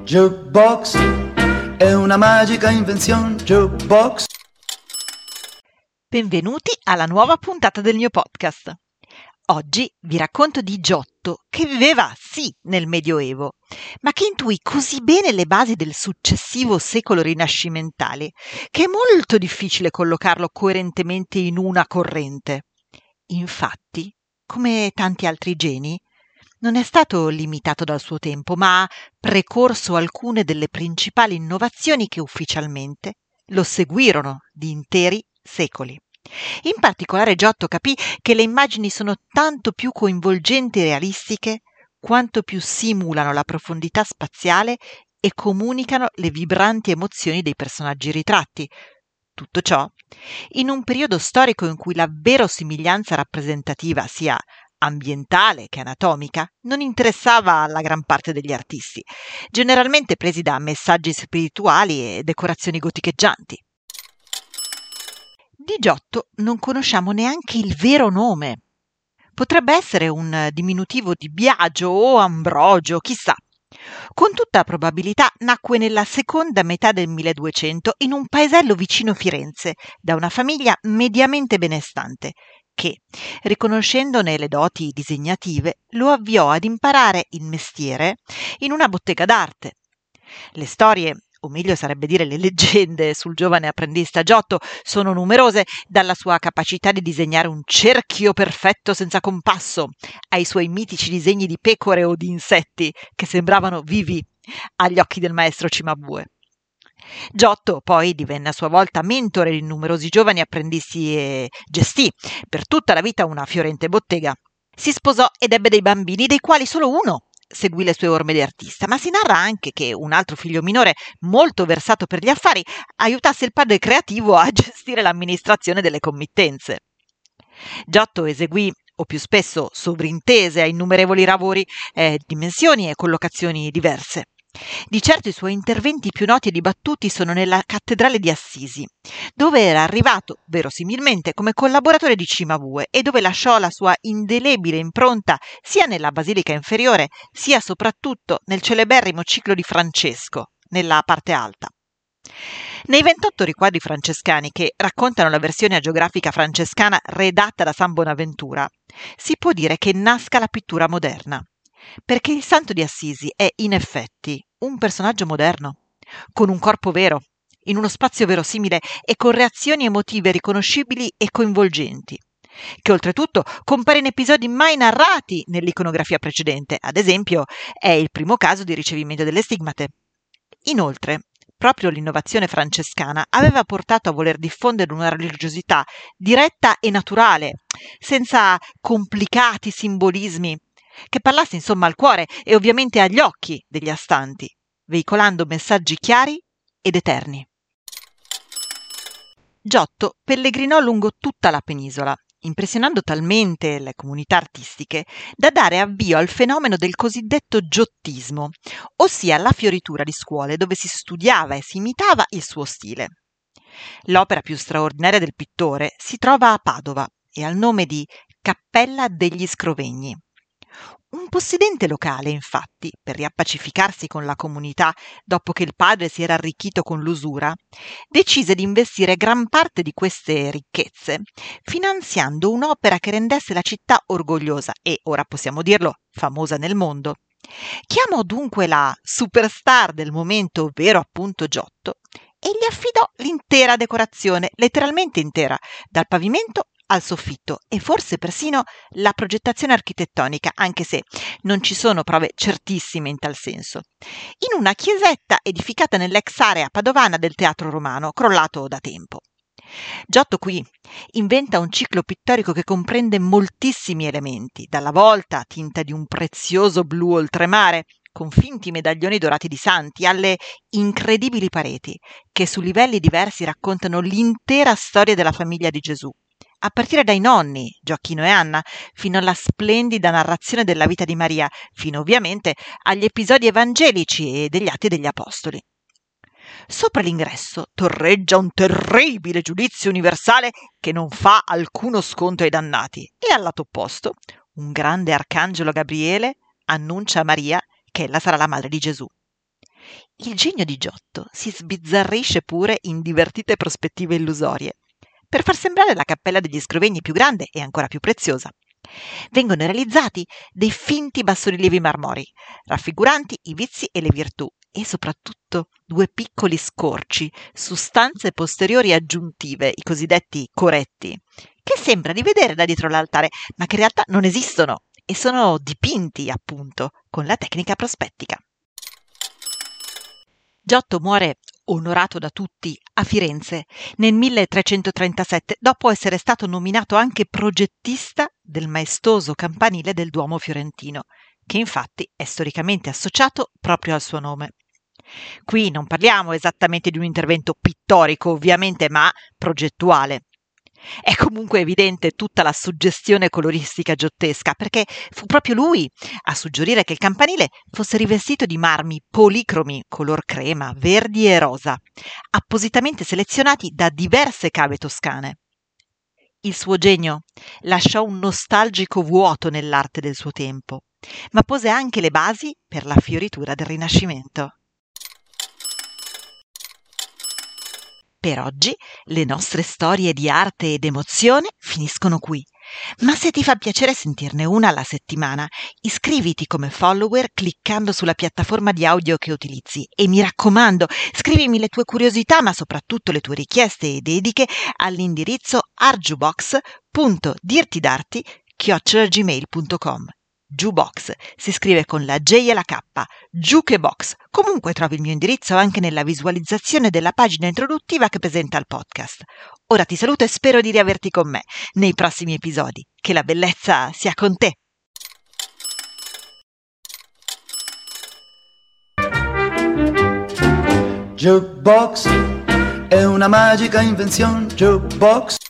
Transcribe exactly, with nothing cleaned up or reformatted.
Jukebox è una magica invenzione. Jukebox. Benvenuti alla nuova puntata del mio podcast. Oggi vi racconto di Giotto, che viveva sì nel Medioevo, ma che intuì così bene le basi del successivo secolo rinascimentale che è molto difficile collocarlo coerentemente in una corrente. Infatti, come tanti altri geni, non è stato limitato dal suo tempo, ma ha precorso alcune delle principali innovazioni che ufficialmente lo seguirono di interi secoli. In particolare Giotto capì che le immagini sono tanto più coinvolgenti e realistiche quanto più simulano la profondità spaziale e comunicano le vibranti emozioni dei personaggi ritratti. Tutto ciò in un periodo storico in cui la verosimiglianza rappresentativa, sia ambientale che anatomica, non interessava alla gran parte degli artisti, generalmente presi da messaggi spirituali e decorazioni goticheggianti. Di Giotto non conosciamo neanche il vero nome. Potrebbe essere un diminutivo di Biagio o Ambrogio, chissà. Con tutta probabilità nacque nella seconda metà del milleduecento in un paesello vicino Firenze, da una famiglia mediamente benestante, che, riconoscendone le doti disegnative, lo avviò ad imparare il mestiere in una bottega d'arte. Le storie, o meglio sarebbe dire le leggende, sul giovane apprendista Giotto sono numerose, dalla sua capacità di disegnare un cerchio perfetto senza compasso, ai suoi mitici disegni di pecore o di insetti che sembravano vivi agli occhi del maestro Cimabue. Giotto poi divenne a sua volta mentore di numerosi giovani apprendisti e gestì per tutta la vita una fiorente bottega. Si sposò ed ebbe dei bambini, dei quali solo uno seguì le sue orme di artista, ma si narra anche che un altro figlio minore, molto versato per gli affari, aiutasse il padre creativo a gestire l'amministrazione delle committenze. Giotto eseguì, o più spesso sovrintese a innumerevoli lavori, eh, dimensioni e collocazioni diverse. Di certo i suoi interventi più noti e dibattuti sono nella cattedrale di Assisi, dove era arrivato, verosimilmente, come collaboratore di Cimabue e dove lasciò la sua indelebile impronta sia nella basilica inferiore, sia soprattutto nel celeberrimo ciclo di Francesco, nella parte alta. Nei ventotto riquadri francescani che raccontano la versione agiografica francescana redatta da San Bonaventura, si può dire che nasca la pittura moderna, perché il santo di Assisi è in effetti un personaggio moderno, con un corpo vero, in uno spazio verosimile e con reazioni emotive riconoscibili e coinvolgenti, che oltretutto compare in episodi mai narrati nell'iconografia precedente, ad esempio è il primo caso di ricevimento delle stigmate. Inoltre, proprio l'innovazione francescana aveva portato a voler diffondere una religiosità diretta e naturale, senza complicati simbolismi, che parlasse insomma al cuore e ovviamente agli occhi degli astanti, veicolando messaggi chiari ed eterni. Giotto pellegrinò lungo tutta la penisola, impressionando talmente le comunità artistiche da dare avvio al fenomeno del cosiddetto giottismo, ossia la fioritura di scuole dove si studiava e si imitava il suo stile. L'opera più straordinaria del pittore si trova a Padova e ha il nome di Cappella degli Scrovegni. Un possidente locale, infatti, per riappacificarsi con la comunità dopo che il padre si era arricchito con l'usura, decise di investire gran parte di queste ricchezze finanziando un'opera che rendesse la città orgogliosa e, ora possiamo dirlo, famosa nel mondo. Chiamò dunque la superstar del momento, ovvero appunto Giotto, e gli affidò l'intera decorazione, letteralmente intera, dal pavimento al soffitto e forse persino la progettazione architettonica, anche se non ci sono prove certissime in tal senso, in una chiesetta edificata nell'ex area padovana del Teatro Romano, crollato da tempo. Giotto qui inventa un ciclo pittorico che comprende moltissimi elementi, dalla volta tinta di un prezioso blu oltremare, con finti medaglioni dorati di santi, alle incredibili pareti, che su livelli diversi raccontano l'intera storia della famiglia di Gesù, a partire dai nonni, Gioacchino e Anna, fino alla splendida narrazione della vita di Maria, fino ovviamente agli episodi evangelici e degli Atti degli Apostoli. Sopra l'ingresso torreggia un terribile giudizio universale che non fa alcuno sconto ai dannati, e al lato opposto un grande arcangelo Gabriele annuncia a Maria che ella sarà la madre di Gesù. Il genio di Giotto si sbizzarrisce pure in divertite prospettive illusorie, per far sembrare la cappella degli Scrovegni più grande e ancora più preziosa. Vengono realizzati dei finti bassorilievi marmorei, raffiguranti i vizi e le virtù, e soprattutto due piccoli scorci su stanze posteriori aggiuntive, i cosiddetti coretti, che sembra di vedere da dietro l'altare, ma che in realtà non esistono e sono dipinti, appunto, con la tecnica prospettica. Giotto muore onorato da tutti a Firenze nel milletrecentotrentasette, dopo essere stato nominato anche progettista del maestoso campanile del Duomo fiorentino, che infatti è storicamente associato proprio al suo nome. Qui non parliamo esattamente di un intervento pittorico, ovviamente, ma progettuale. È comunque evidente tutta la suggestione coloristica giottesca, perché fu proprio lui a suggerire che il campanile fosse rivestito di marmi policromi color crema, verdi e rosa, appositamente selezionati da diverse cave toscane. Il suo genio lasciò un nostalgico vuoto nell'arte del suo tempo, ma pose anche le basi per la fioritura del Rinascimento. Per oggi le nostre storie di arte ed emozione finiscono qui, ma se ti fa piacere sentirne una alla settimana, iscriviti come follower cliccando sulla piattaforma di audio che utilizzi e mi raccomando, scrivimi le tue curiosità ma soprattutto le tue richieste e dediche all'indirizzo arjubox punto dirtidarti chiocciola gmail punto com. Jukebox si scrive con la J e la K, Jukebox. Comunque trovi il mio indirizzo anche nella visualizzazione della pagina introduttiva che presenta il podcast. Ora ti saluto e spero di riaverti con me nei prossimi episodi. Che la bellezza sia con te! Jukebox è una magica invenzione. Jukebox